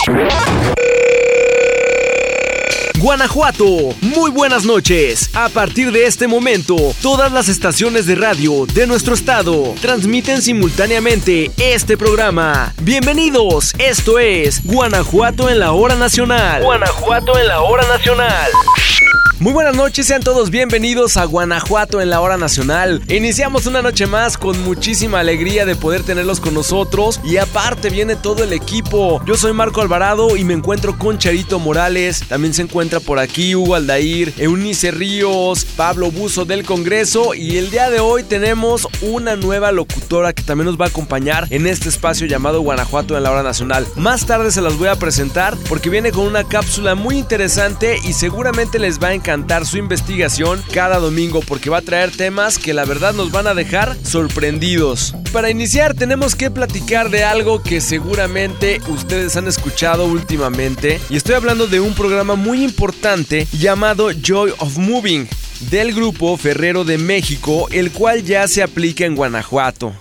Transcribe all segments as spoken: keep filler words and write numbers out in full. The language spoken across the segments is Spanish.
Guanajuato, muy buenas noches. A partir de este momento, todas las estaciones de radio de nuestro estado transmiten simultáneamente este programa. Bienvenidos, esto es Guanajuato en la hora nacional. Guanajuato en la hora nacional. Muy buenas noches, sean todos bienvenidos a Guanajuato en la hora nacional. Iniciamos una noche más con muchísima alegría de poder tenerlos con nosotros y aparte viene todo el equipo. Yo soy Marco Alvarado y me encuentro con Charito Morales. También se encuentra por aquí Hugo Aldair, Eunice Ríos, Pablo Buzo del Congreso y el día de hoy tenemos una nueva locutora que también nos va a acompañar en este espacio llamado Guanajuato en la hora nacional. Más tarde se las voy a presentar porque viene con una cápsula muy interesante y seguramente les va a encantar su investigación cada domingo porque va a traer temas que la verdad nos van a dejar sorprendidos. Para iniciar tenemos que platicar de algo que seguramente ustedes han escuchado últimamente y estoy hablando de un programa muy importante llamado Joy of Moving del grupo Ferrero de México, el cual ya se aplica en Guanajuato.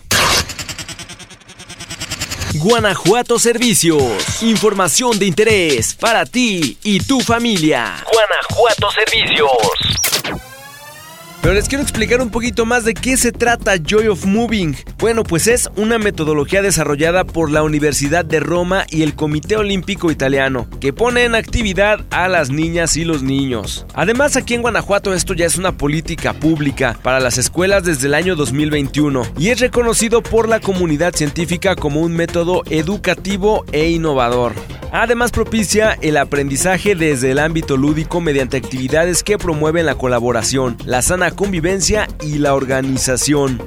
Guanajuato Servicios. Información de interés para ti y tu familia. Guanajuato Servicios. Pero les quiero explicar un poquito más de qué se trata Joy of Moving. Bueno, pues es una metodología desarrollada por la Universidad de Roma y el Comité Olímpico Italiano, que pone en actividad a las niñas y los niños. Además, aquí en Guanajuato esto ya es una política pública para las escuelas desde el año dos mil veintiuno y es reconocido por la comunidad científica como un método educativo e innovador. Además, propicia el aprendizaje desde el ámbito lúdico mediante actividades que promueven la colaboración, la sana convivencia y la organización.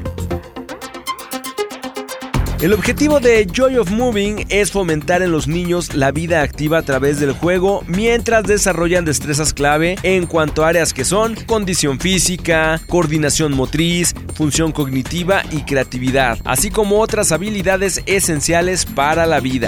El objetivo de Joy of Moving es fomentar en los niños la vida activa a través del juego mientras desarrollan destrezas clave en cuanto a áreas que son condición física, coordinación motriz, función cognitiva y creatividad, así como otras habilidades esenciales para la vida.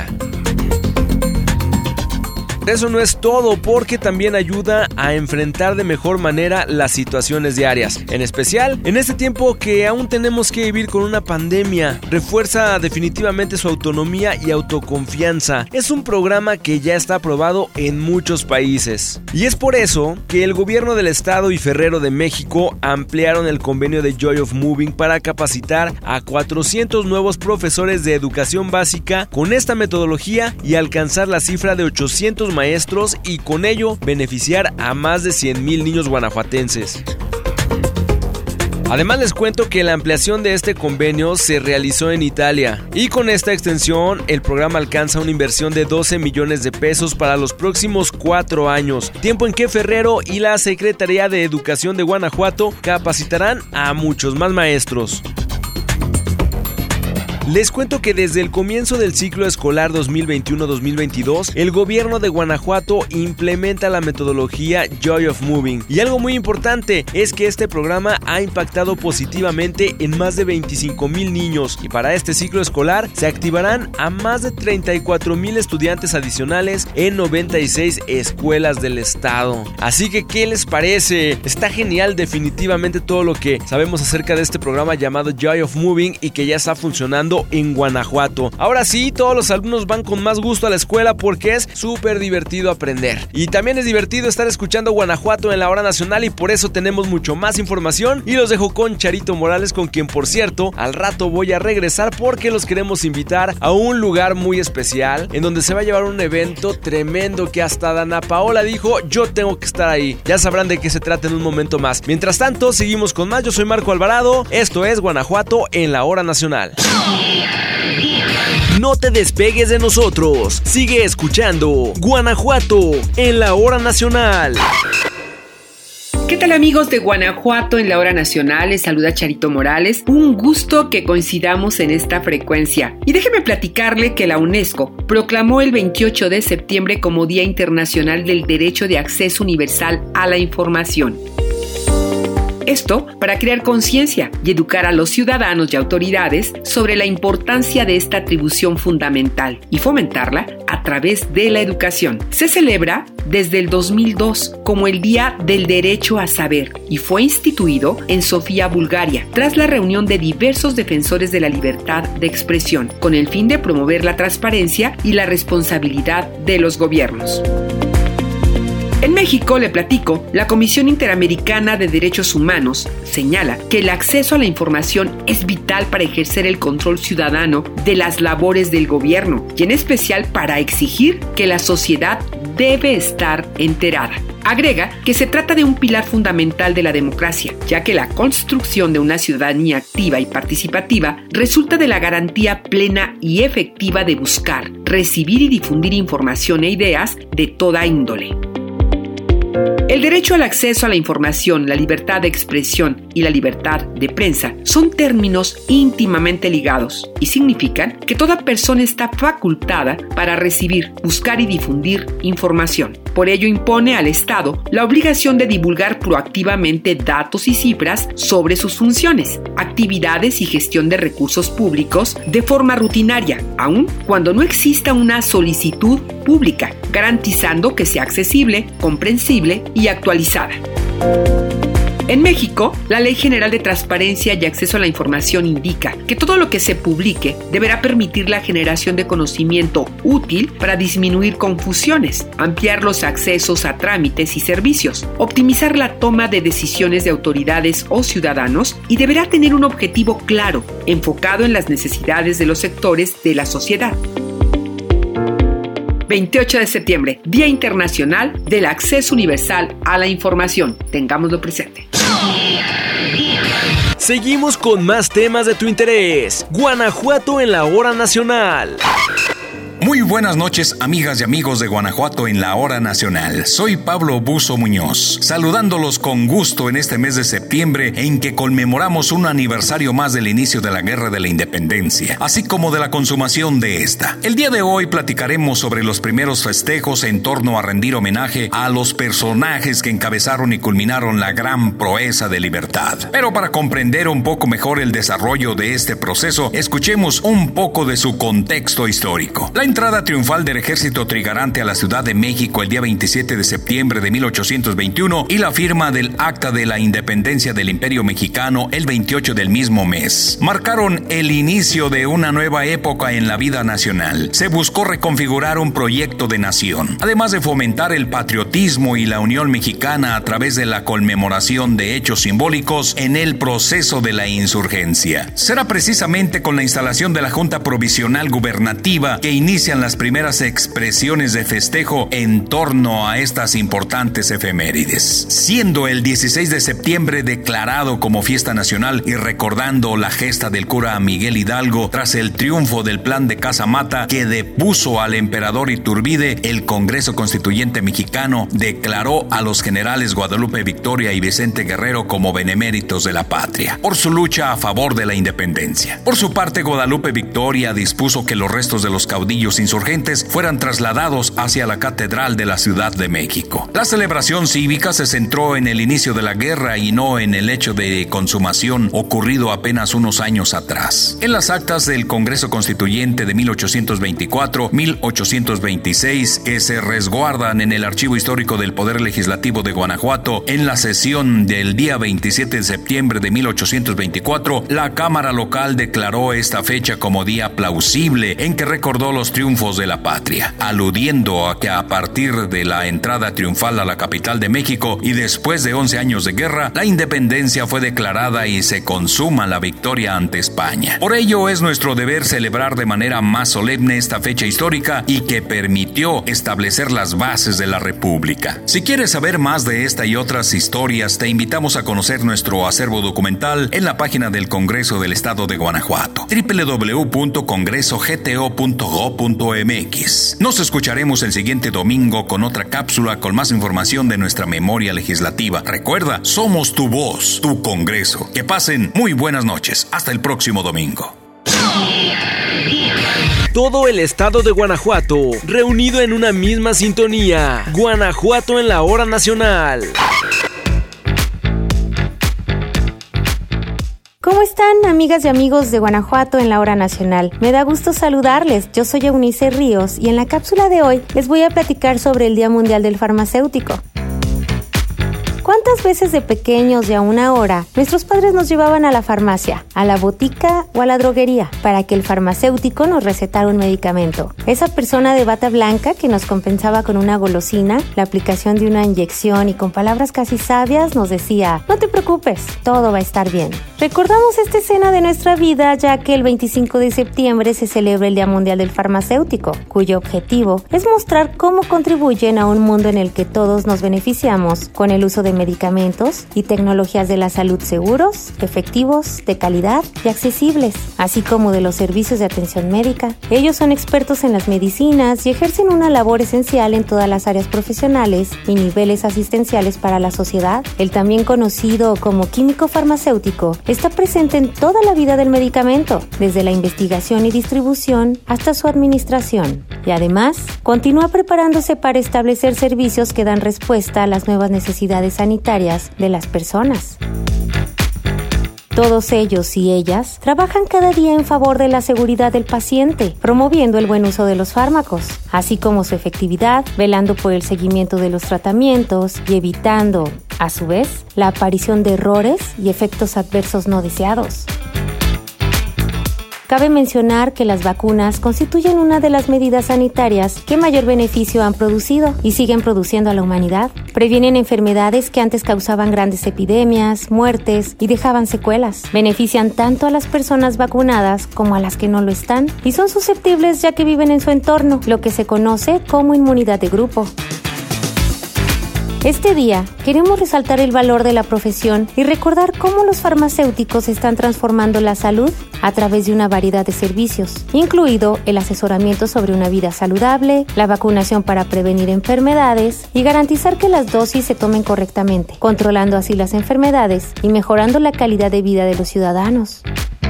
Eso no es todo porque también ayuda a enfrentar de mejor manera las situaciones diarias. En especial, en este tiempo que aún tenemos que vivir con una pandemia, refuerza definitivamente su autonomía y autoconfianza. Es un programa que ya está aprobado en muchos países. Y es por eso que el gobierno del estado y Ferrero de México ampliaron el convenio de Joy of Moving para capacitar a cuatrocientos nuevos profesores de educación básica con esta metodología y alcanzar la cifra de ochocientos maestros y con ello beneficiar a más de cien mil niños guanajuatenses. Además les cuento que la ampliación de este convenio se realizó en Italia y con esta extensión el programa alcanza una inversión de doce millones de pesos para los próximos cuatro años, tiempo en que Ferrero y la Secretaría de Educación de Guanajuato capacitarán a muchos más maestros. Les cuento que desde el comienzo del ciclo escolar dos mil veintiuno dos mil veintidós, el gobierno de Guanajuato implementa la metodología Joy of Moving. Y algo muy importante es que este programa ha impactado positivamente en más de veinticinco mil niños y para este ciclo escolar se activarán a más de treinta y cuatro mil estudiantes adicionales en noventa y seis escuelas del estado. Así que, ¿qué les parece? Está genial definitivamente todo lo que sabemos acerca de este programa llamado Joy of Moving y que ya está funcionando en Guanajuato. Ahora sí, todos los alumnos van con más gusto a la escuela porque es súper divertido aprender. Y también es divertido estar escuchando Guanajuato en la hora nacional y por eso tenemos mucho más información y los dejo con Charito Morales, con quien por cierto al rato voy a regresar porque los queremos invitar a un lugar muy especial en donde se va a llevar un evento tremendo que hasta Dana Paola dijo yo tengo que estar ahí. Ya sabrán de qué se trata en un momento más. Mientras tanto, seguimos con más. Yo soy Marco Alvarado. Esto es Guanajuato en la hora nacional. No te despegues de nosotros. Sigue escuchando Guanajuato en la hora nacional. ¿Qué tal amigos de Guanajuato en la hora nacional? Les saluda Charito Morales. Un gusto que coincidamos en esta frecuencia. Y déjeme platicarle que la UNESCO proclamó el veintiocho de septiembre como Día Internacional del Derecho de Acceso Universal a la Información. Esto para crear conciencia y educar a los ciudadanos y autoridades sobre la importancia de esta atribución fundamental y fomentarla a través de la educación. Se celebra desde el dos mil dos como el Día del Derecho a Saber y fue instituido en Sofía, Bulgaria, tras la reunión de diversos defensores de la libertad de expresión, con el fin de promover la transparencia y la responsabilidad de los gobiernos. En México, le platico, la Comisión Interamericana de Derechos Humanos señala que el acceso a la información es vital para ejercer el control ciudadano de las labores del gobierno y en especial para exigir que la sociedad debe estar enterada. Agrega que se trata de un pilar fundamental de la democracia, ya que la construcción de una ciudadanía activa y participativa resulta de la garantía plena y efectiva de buscar, recibir y difundir información e ideas de toda índole. El derecho al acceso a la información, la libertad de expresión y la libertad de prensa son términos íntimamente ligados y significan que toda persona está facultada para recibir, buscar y difundir información. Por ello impone al Estado la obligación de divulgar proactivamente datos y cifras sobre sus funciones, actividades y gestión de recursos públicos de forma rutinaria, aun cuando no exista una solicitud pública, garantizando que sea accesible, comprensible y actualizada. En México, la Ley General de Transparencia y Acceso a la Información indica que todo lo que se publique deberá permitir la generación de conocimiento útil para disminuir confusiones, ampliar los accesos a trámites y servicios, optimizar la toma de decisiones de autoridades o ciudadanos y deberá tener un objetivo claro, enfocado en las necesidades de los sectores de la sociedad. veintiocho de septiembre, Día Internacional del Acceso Universal a la Información. Tengámoslo presente. Seguimos con más temas de tu interés. Guanajuato en la hora nacional. Muy buenas noches, amigas y amigos de Guanajuato en la hora nacional. Soy Pablo Buzo Muñoz, saludándolos con gusto en este mes de septiembre en que conmemoramos un aniversario más del inicio de la Guerra de la Independencia, así como de la consumación de esta. El día de hoy platicaremos sobre los primeros festejos en torno a rendir homenaje a los personajes que encabezaron y culminaron la gran proeza de libertad. Pero para comprender un poco mejor el desarrollo de este proceso, escuchemos un poco de su contexto histórico. La entrada triunfal del ejército trigarante a la Ciudad de México el día veintisiete de septiembre de mil ochocientos veintiuno y la firma del Acta de la Independencia del Imperio Mexicano el veintiocho del mismo mes marcaron el inicio de una nueva época en la vida nacional. Se buscó reconfigurar un proyecto de nación, además de fomentar el patriotismo y la unión mexicana a través de la conmemoración de hechos simbólicos en el proceso de la insurgencia. Será precisamente con la instalación de la Junta Provisional Gubernativa que inicia Inician las primeras expresiones de festejo en torno a estas importantes efemérides, siendo el dieciséis de septiembre declarado como fiesta nacional y recordando la gesta del cura Miguel Hidalgo tras el triunfo del Plan de Casamata que depuso al emperador Iturbide. El Congreso Constituyente Mexicano declaró a los generales Guadalupe Victoria y Vicente Guerrero como beneméritos de la patria por su lucha a favor de la independencia. Por su parte, Guadalupe Victoria dispuso que los restos de los caudillos insurgentes fueran trasladados hacia la Catedral de la Ciudad de México. La celebración cívica se centró en el inicio de la guerra y no en el hecho de consumación ocurrido apenas unos años atrás. En las actas del Congreso Constituyente de mil ochocientos veinticuatro a mil ochocientos veintiséis, que se resguardan en el Archivo Histórico del Poder Legislativo de Guanajuato, en la sesión del día veintisiete de septiembre de mil ochocientos veinticuatro, la Cámara Local declaró esta fecha como día plausible en que recordó los triunfos de la patria, aludiendo a que a partir de la entrada triunfal a la capital de México y después de once años de guerra, la independencia fue declarada y se consuma la victoria ante España. Por ello es nuestro deber celebrar de manera más solemne esta fecha histórica y que permitió establecer las bases de la República. Si quieres saber más de esta y otras historias, te invitamos a conocer nuestro acervo documental en la página del Congreso del Estado de Guanajuato, doble u doble u doble u punto congreso g t o punto gob punto m x. Nos escucharemos el siguiente domingo con otra cápsula con más información de nuestra memoria legislativa. Recuerda, somos tu voz, tu Congreso. Que pasen muy buenas noches. Hasta el próximo domingo. Todo el estado de Guanajuato, reunido en una misma sintonía. Guanajuato en la hora nacional. ¿Cómo están, amigas y amigos de Guanajuato en la Hora Nacional? Me da gusto saludarles. Yo soy Eunice Ríos y en la cápsula de hoy les voy a platicar sobre el Día Mundial del Farmacéutico. ¿Cuántas veces de pequeños y aún ahora nuestros padres nos llevaban a la farmacia, a la botica o a la droguería para que el farmacéutico nos recetara un medicamento? Esa persona de bata blanca que nos compensaba con una golosina, la aplicación de una inyección y con palabras casi sabias nos decía: no te preocupes, todo va a estar bien. Recordamos esta escena de nuestra vida ya que el veinticinco de septiembre se celebra el Día Mundial del Farmacéutico, cuyo objetivo es mostrar cómo contribuyen a un mundo en el que todos nos beneficiamos con el uso de medicamentos y tecnologías de la salud seguros, efectivos, de calidad y accesibles, así como de los servicios de atención médica. Ellos son expertos en las medicinas y ejercen una labor esencial en todas las áreas profesionales y niveles asistenciales para la sociedad. El también conocido como químico farmacéutico está presente en toda la vida del medicamento, desde la investigación y distribución hasta su administración. Y además, continúa preparándose para establecer servicios que dan respuesta a las nuevas necesidades sanitarias de las personas. Todos ellos y ellas trabajan cada día en favor de la seguridad del paciente, promoviendo el buen uso de los fármacos, así como su efectividad, velando por el seguimiento de los tratamientos y evitando, a su vez, la aparición de errores y efectos adversos no deseados. Cabe mencionar que las vacunas constituyen una de las medidas sanitarias que mayor beneficio han producido y siguen produciendo a la humanidad. Previenen enfermedades que antes causaban grandes epidemias, muertes y dejaban secuelas. Benefician tanto a las personas vacunadas como a las que no lo están y son susceptibles ya que viven en su entorno, lo que se conoce como inmunidad de grupo. Este día queremos resaltar el valor de la profesión y recordar cómo los farmacéuticos están transformando la salud a través de una variedad de servicios, incluido el asesoramiento sobre una vida saludable, la vacunación para prevenir enfermedades y garantizar que las dosis se tomen correctamente, controlando así las enfermedades y mejorando la calidad de vida de los ciudadanos.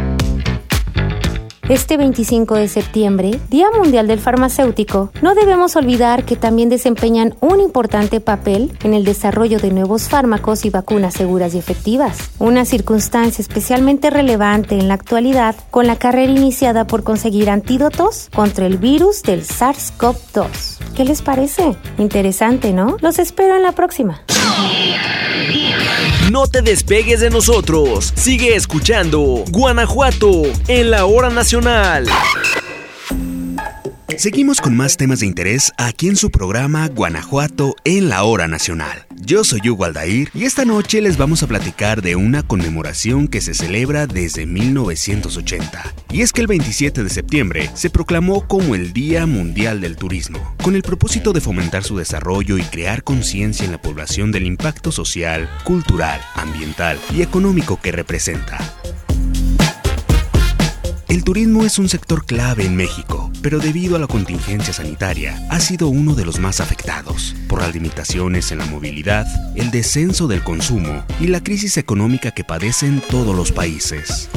Este veinticinco de septiembre, Día Mundial del Farmacéutico, no debemos olvidar que también desempeñan un importante papel en el desarrollo de nuevos fármacos y vacunas seguras y efectivas, una circunstancia especialmente relevante en la actualidad con la carrera iniciada por conseguir antídotos contra el virus del SARS-CoV dos. ¿Qué les parece? Interesante, ¿no? Los espero en la próxima. No te despegues de nosotros. Sigue escuchando Guanajuato en la Hora Nacional. Seguimos con más temas de interés aquí en su programa Guanajuato en la Hora Nacional. Yo soy Hugo Aldair y esta noche les vamos a platicar de una conmemoración que se celebra desde mil novecientos ochenta. Y es que el veintisiete de septiembre se proclamó como el Día Mundial del Turismo, con el propósito de fomentar su desarrollo y crear conciencia en la población del impacto social, cultural, ambiental y económico que representa. El turismo es un sector clave en México, pero debido a la contingencia sanitaria, ha sido uno de los más afectados, por las limitaciones en la movilidad, el descenso del consumo y la crisis económica que padecen todos los países.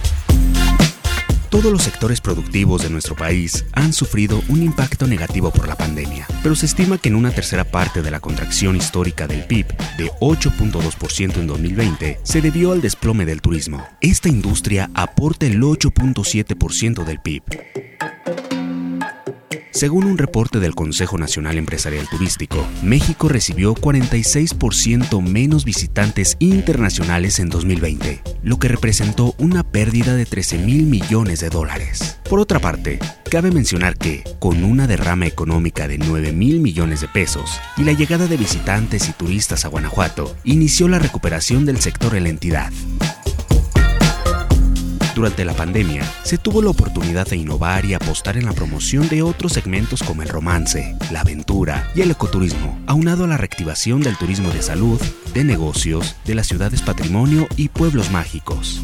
Todos los sectores productivos de nuestro país han sufrido un impacto negativo por la pandemia, pero se estima que en una tercera parte de la contracción histórica del P I B de ocho punto dos por ciento en dos mil veinte se debió al desplome del turismo. Esta industria aporta el ocho punto siete por ciento del P I B. Según un reporte del Consejo Nacional Empresarial Turístico, México recibió cuarenta y seis por ciento menos visitantes internacionales en dos mil veinte, lo que representó una pérdida de trece mil millones de dólares. Por otra parte, cabe mencionar que, con una derrama económica de nueve mil millones de pesos y la llegada de visitantes y turistas a Guanajuato, inició la recuperación del sector en la entidad. Durante la pandemia, se tuvo la oportunidad de innovar y apostar en la promoción de otros segmentos como el romance, la aventura y el ecoturismo, aunado a la reactivación del turismo de salud, de negocios, de las ciudades patrimonio y pueblos mágicos.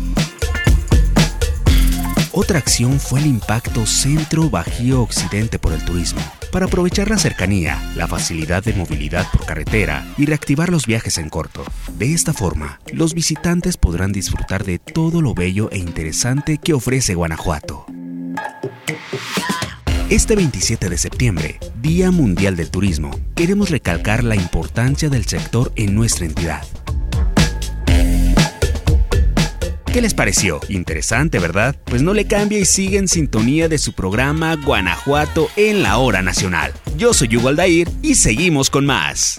Otra acción fue el impacto centro-bajío-occidente por el turismo, para aprovechar la cercanía, la facilidad de movilidad por carretera y reactivar los viajes en corto. De esta forma, los visitantes podrán disfrutar de todo lo bello e interesante que ofrece Guanajuato. Este veintisiete de septiembre, Día Mundial del Turismo, queremos recalcar la importancia del sector en nuestra entidad. ¿Qué les pareció? Interesante, ¿verdad? Pues no le cambie y sigue en sintonía de su programa Guanajuato en la Hora Nacional. Yo soy Hugo Aldair y seguimos con más.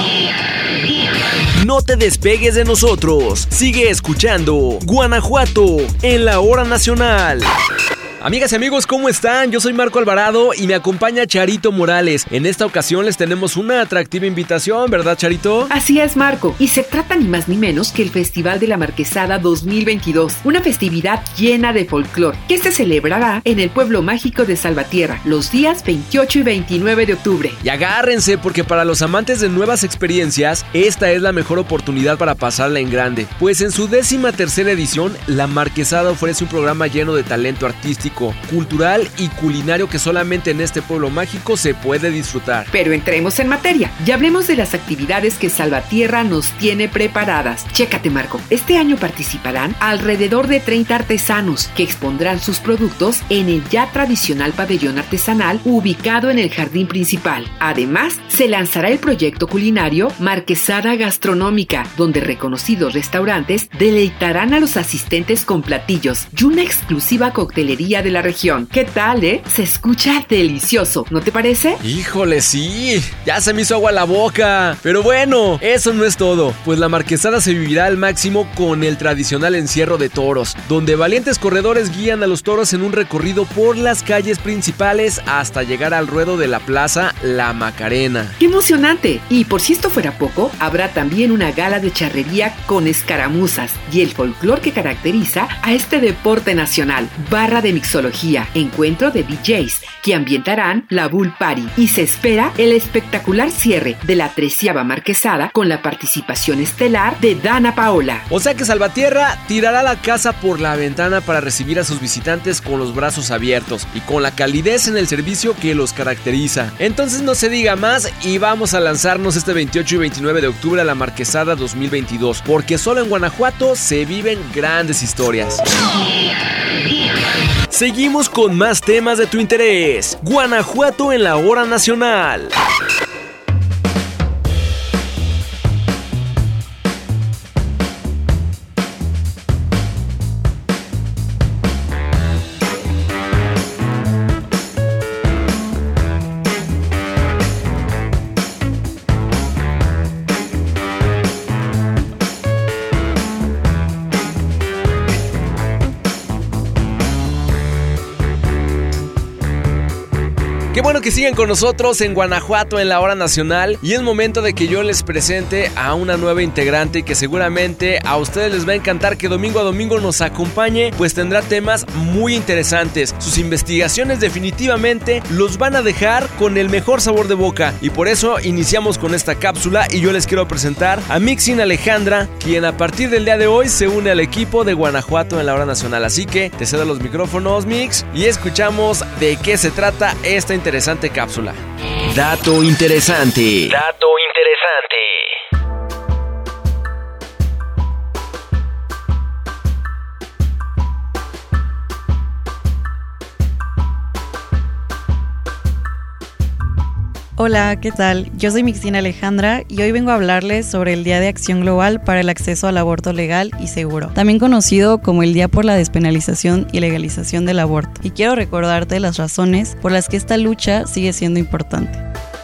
No te despegues de nosotros. Sigue escuchando Guanajuato en la Hora Nacional. Amigas y amigos, ¿cómo están? Yo soy Marco Alvarado y me acompaña Charito Morales. En esta ocasión les tenemos una atractiva invitación, ¿verdad, Charito? Así es, Marco, y se trata ni más ni menos que el Festival de la Marquesada dos mil veintidós, una festividad llena de folclor que se celebrará en el pueblo mágico de Salvatierra los días veintiocho y veintinueve de octubre. Y agárrense, porque para los amantes de nuevas experiencias, esta es la mejor oportunidad para pasarla en grande, pues en su décima tercera edición, la Marquesada ofrece un programa lleno de talento artístico, cultural y culinario que solamente en este pueblo mágico se puede disfrutar. Pero entremos en materia y hablemos de las actividades que Salvatierra nos tiene preparadas. Chécate, Marco, este año participarán alrededor de treinta artesanos que expondrán sus productos en el ya tradicional pabellón artesanal ubicado en el jardín principal. Además, se lanzará el proyecto culinario Marquesada Gastronómica, donde reconocidos restaurantes deleitarán a los asistentes con platillos y una exclusiva coctelería de la región. ¿Qué tal, eh? Se escucha delicioso, ¿no te parece? Híjole, sí, ya se me hizo agua la boca. Pero bueno, eso no es todo, pues la Marquesada se vivirá al máximo con el tradicional encierro de toros, donde valientes corredores guían a los toros en un recorrido por las calles principales hasta llegar al ruedo de la plaza La Macarena. ¡Qué emocionante! Y por si esto fuera poco, habrá también una gala de charrería con escaramuzas y el folclor que caracteriza a este deporte nacional, barra de mixología, encuentro de D Js que ambientarán la Bull Party, y se espera el espectacular cierre de la treceava Marquesada con la participación estelar de Dana Paola. O sea que Salvatierra tirará la casa por la ventana para recibir a sus visitantes con los brazos abiertos y con la calidez en el servicio que los caracteriza. Entonces no se diga más y vamos a lanzarnos este veintiocho y veintinueve de octubre a la Marquesada dos mil veintidós, porque solo en Guanajuato se viven grandes historias. Seguimos con más temas de tu interés. Guanajuato en la Hora Nacional. Qué bueno que siguen con nosotros en Guanajuato en la Hora Nacional, y es momento de que yo les presente a una nueva integrante que seguramente a ustedes les va a encantar que domingo a domingo nos acompañe, pues tendrá temas muy interesantes. Sus investigaciones definitivamente los van a dejar con el mejor sabor de boca, y por eso iniciamos con esta cápsula y yo les quiero presentar a Mixin Alejandra, quien a partir del día de hoy se une al equipo de Guanajuato en la Hora Nacional. Así que te cedo los micrófonos, Mix, y escuchamos de qué se trata esta interesante cápsula. Dato interesante. Dato interesante. Hola, ¿qué tal? Yo soy Mixin Alejandra y hoy vengo a hablarles sobre el Día de Acción Global para el Acceso al Aborto Legal y Seguro, también conocido como el Día por la Despenalización y Legalización del Aborto. Y quiero recordarte las razones por las que esta lucha sigue siendo importante.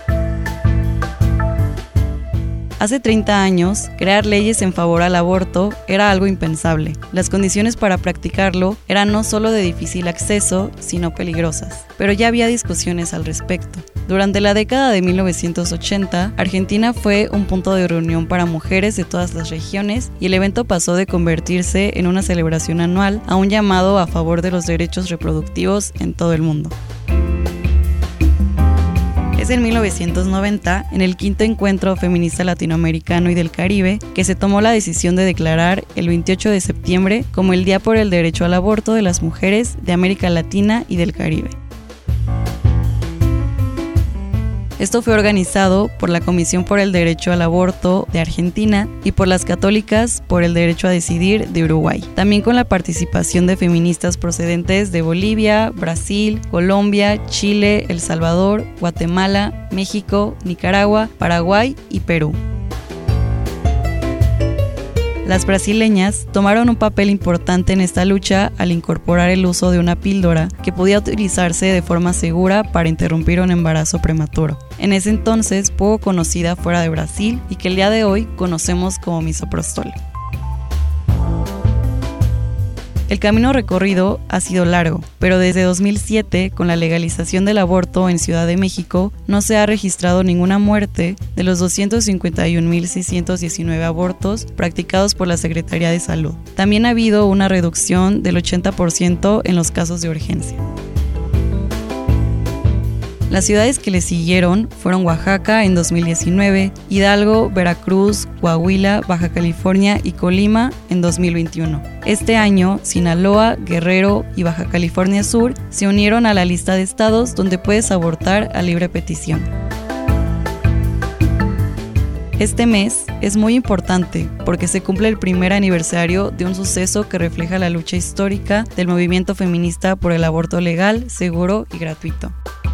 Hace treinta años, crear leyes en favor al aborto era algo impensable. Las condiciones para practicarlo eran no solo de difícil acceso, sino peligrosas. Pero ya había discusiones al respecto. Durante la década de mil novecientos ochenta, Argentina fue un punto de reunión para mujeres de todas las regiones y el evento pasó de convertirse en una celebración anual a un llamado a favor de los derechos reproductivos en todo el mundo. Es en mil novecientos noventa, en el quinto encuentro feminista latinoamericano y del Caribe, que se tomó la decisión de declarar el veintiocho de septiembre como el Día por el Derecho al Aborto de las Mujeres de América Latina y del Caribe. Esto fue organizado por la Comisión por el Derecho al Aborto de Argentina y por las Católicas por el Derecho a Decidir de Uruguay, también con la participación de feministas procedentes de Bolivia, Brasil, Colombia, Chile, El Salvador, Guatemala, México, Nicaragua, Paraguay y Perú. Las brasileñas tomaron un papel importante en esta lucha al incorporar el uso de una píldora que podía utilizarse de forma segura para interrumpir un embarazo prematuro. En ese entonces poco conocida fuera de Brasil y que el día de hoy conocemos como misoprostol. El camino recorrido ha sido largo, pero desde dos mil siete, con la legalización del aborto en Ciudad de México, no se ha registrado ninguna muerte de los doscientos cincuenta y un mil seiscientos diecinueve abortos practicados por la Secretaría de Salud. También ha habido una reducción del ochenta por ciento en los casos de urgencia. Las ciudades que le siguieron fueron Oaxaca en dos mil diecinueve, Hidalgo, Veracruz, Coahuila, Baja California y Colima en dos mil veintiuno. Este año, Sinaloa, Guerrero y Baja California Sur se unieron a la lista de estados donde puedes abortar a libre petición. Este mes es muy importante porque se cumple el primer aniversario de un suceso que refleja la lucha histórica del movimiento feminista por el aborto legal, seguro y gratuito.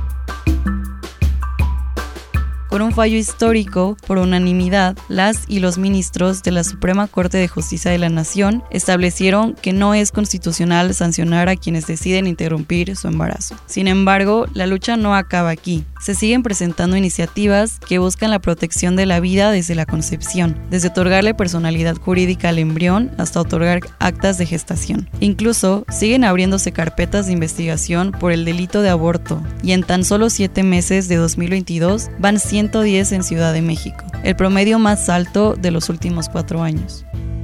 Con un fallo histórico, por unanimidad, las y los ministros de la Suprema Corte de Justicia de la Nación establecieron que no es constitucional sancionar a quienes deciden interrumpir su embarazo. Sin embargo, la lucha no acaba aquí. Se siguen presentando iniciativas que buscan la protección de la vida desde la concepción, desde otorgarle personalidad jurídica al embrión hasta otorgar actas de gestación. Incluso siguen abriéndose carpetas de investigación por el delito de aborto, y en tan solo siete meses de dos mil veintidós van ciento diez en Ciudad de México, el promedio más alto de los últimos cuatro años.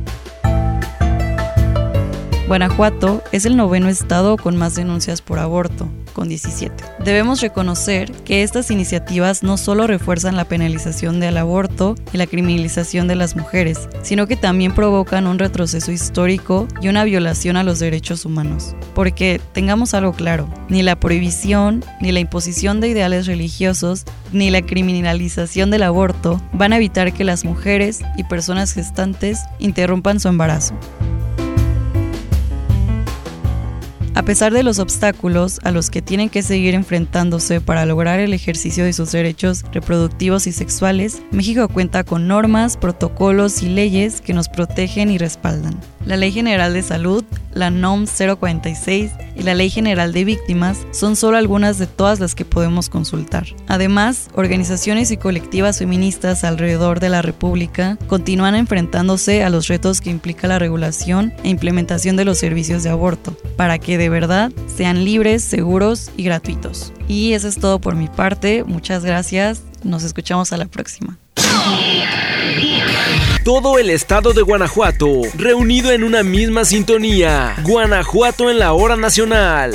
Guanajuato es el noveno estado con más denuncias por aborto, con diecisiete. Debemos reconocer que estas iniciativas no solo refuerzan la penalización del aborto y la criminalización de las mujeres, sino que también provocan un retroceso histórico y una violación a los derechos humanos. Porque, tengamos algo claro, ni la prohibición, ni la imposición de ideales religiosos, ni la criminalización del aborto van a evitar que las mujeres y personas gestantes interrumpan su embarazo. A pesar de los obstáculos a los que tienen que seguir enfrentándose para lograr el ejercicio de sus derechos reproductivos y sexuales, México cuenta con normas, protocolos y leyes que nos protegen y respaldan. La Ley General de Salud, la N O M cero cuarenta y seis y la Ley General de Víctimas son solo algunas de todas las que podemos consultar. Además, organizaciones y colectivas feministas alrededor de la República continúan enfrentándose a los retos que implica la regulación e implementación de los servicios de aborto, para que de verdad sean libres, seguros y gratuitos. Y eso es todo por mi parte. Muchas gracias. Nos escuchamos a la próxima. Todo el estado de Guanajuato, reunido en una misma sintonía. Guanajuato en la hora nacional.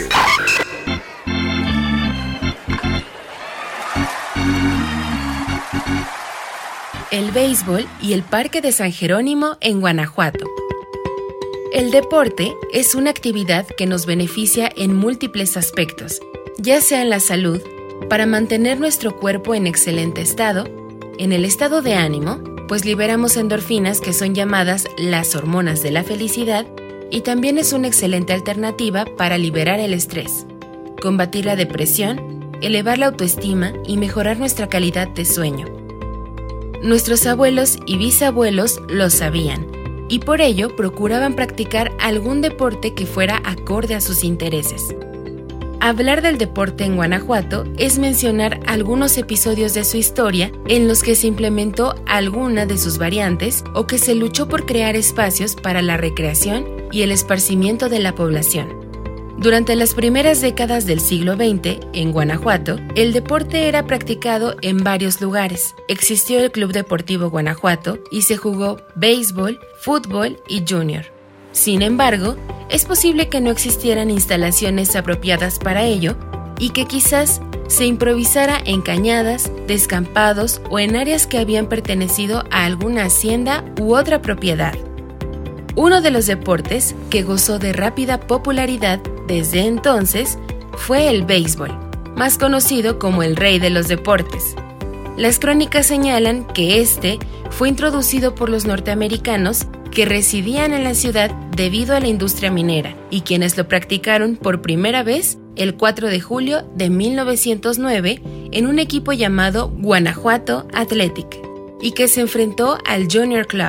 El béisbol y el Parque de San Jerónimo en Guanajuato. El deporte es una actividad que nos beneficia en múltiples aspectos, ya sea en la salud, para mantener nuestro cuerpo en excelente estado, en el estado de ánimo, pues liberamos endorfinas que son llamadas las hormonas de la felicidad, y también es una excelente alternativa para liberar el estrés, combatir la depresión, elevar la autoestima y mejorar nuestra calidad de sueño. Nuestros abuelos y bisabuelos lo sabían, y por ello procuraban practicar algún deporte que fuera acorde a sus intereses. Hablar del deporte en Guanajuato es mencionar algunos episodios de su historia en los que se implementó alguna de sus variantes o que se luchó por crear espacios para la recreación y el esparcimiento de la población. Durante las primeras décadas del siglo veinte, en Guanajuato, el deporte era practicado en varios lugares. Existió el Club Deportivo Guanajuato y se jugó béisbol, fútbol y junior. Sin embargo, es posible que no existieran instalaciones apropiadas para ello y que quizás se improvisara en cañadas, descampados o en áreas que habían pertenecido a alguna hacienda u otra propiedad. Uno de los deportes que gozó de rápida popularidad desde entonces fue el béisbol, más conocido como el rey de los deportes. Las crónicas señalan que este fue introducido por los norteamericanos que residían en la ciudad debido a la industria minera y quienes lo practicaron por primera vez el cuatro de julio de mil novecientos nueve en un equipo llamado Guanajuato Athletic y que se enfrentó al Junior Club.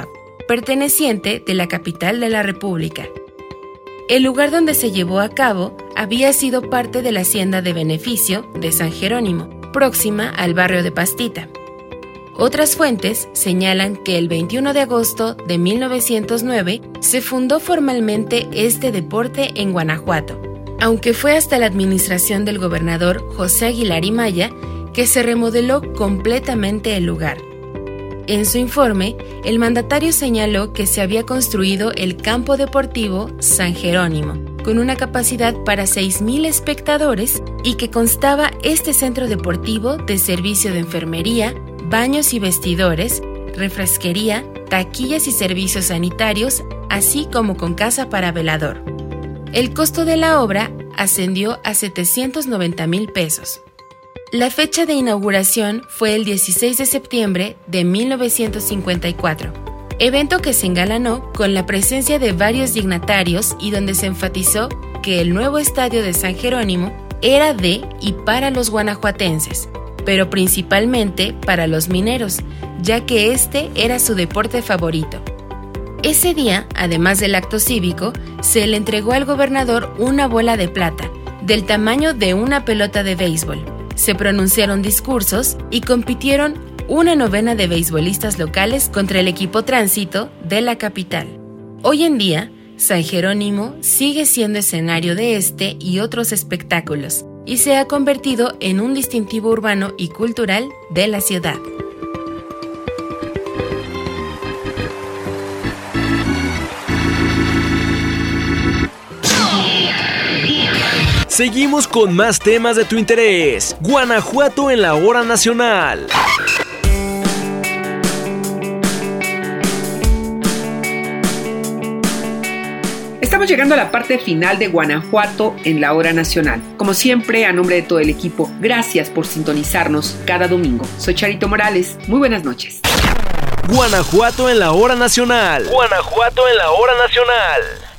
perteneciente de la capital de la República. El lugar donde se llevó a cabo había sido parte de la hacienda de beneficio de San Jerónimo, próxima al barrio de Pastita. Otras fuentes señalan que el veintiuno de agosto de mil novecientos nueve se fundó formalmente este deporte en Guanajuato, aunque fue hasta la administración del gobernador José Aguilar y Maya que se remodeló completamente el lugar. En su informe, el mandatario señaló que se había construido el campo deportivo San Jerónimo, con una capacidad para seis mil espectadores y que constaba este centro deportivo de servicio de enfermería, baños y vestidores, refresquería, taquillas y servicios sanitarios, así como con casa para velador. El costo de la obra ascendió a setecientos noventa mil pesos. La fecha de inauguración fue el dieciséis de septiembre de mil novecientos cincuenta y cuatro, evento que se engalanó con la presencia de varios dignatarios y donde se enfatizó que el nuevo estadio de San Jerónimo era de y para los guanajuatenses, pero principalmente para los mineros, ya que este era su deporte favorito. Ese día, además del acto cívico, se le entregó al gobernador una bola de plata, del tamaño de una pelota de béisbol. Se pronunciaron discursos y compitieron una novena de beisbolistas locales contra el equipo Tránsito de la capital. Hoy en día, San Jerónimo sigue siendo escenario de este y otros espectáculos y se ha convertido en un distintivo urbano y cultural de la ciudad. Seguimos con más temas de tu interés. Guanajuato en la hora nacional. Estamos llegando a la parte final de Guanajuato en la hora nacional. Como siempre, a nombre de todo el equipo, gracias por sintonizarnos cada domingo. Soy Charito Morales. Muy buenas noches. Guanajuato en la hora nacional. Guanajuato en la hora nacional.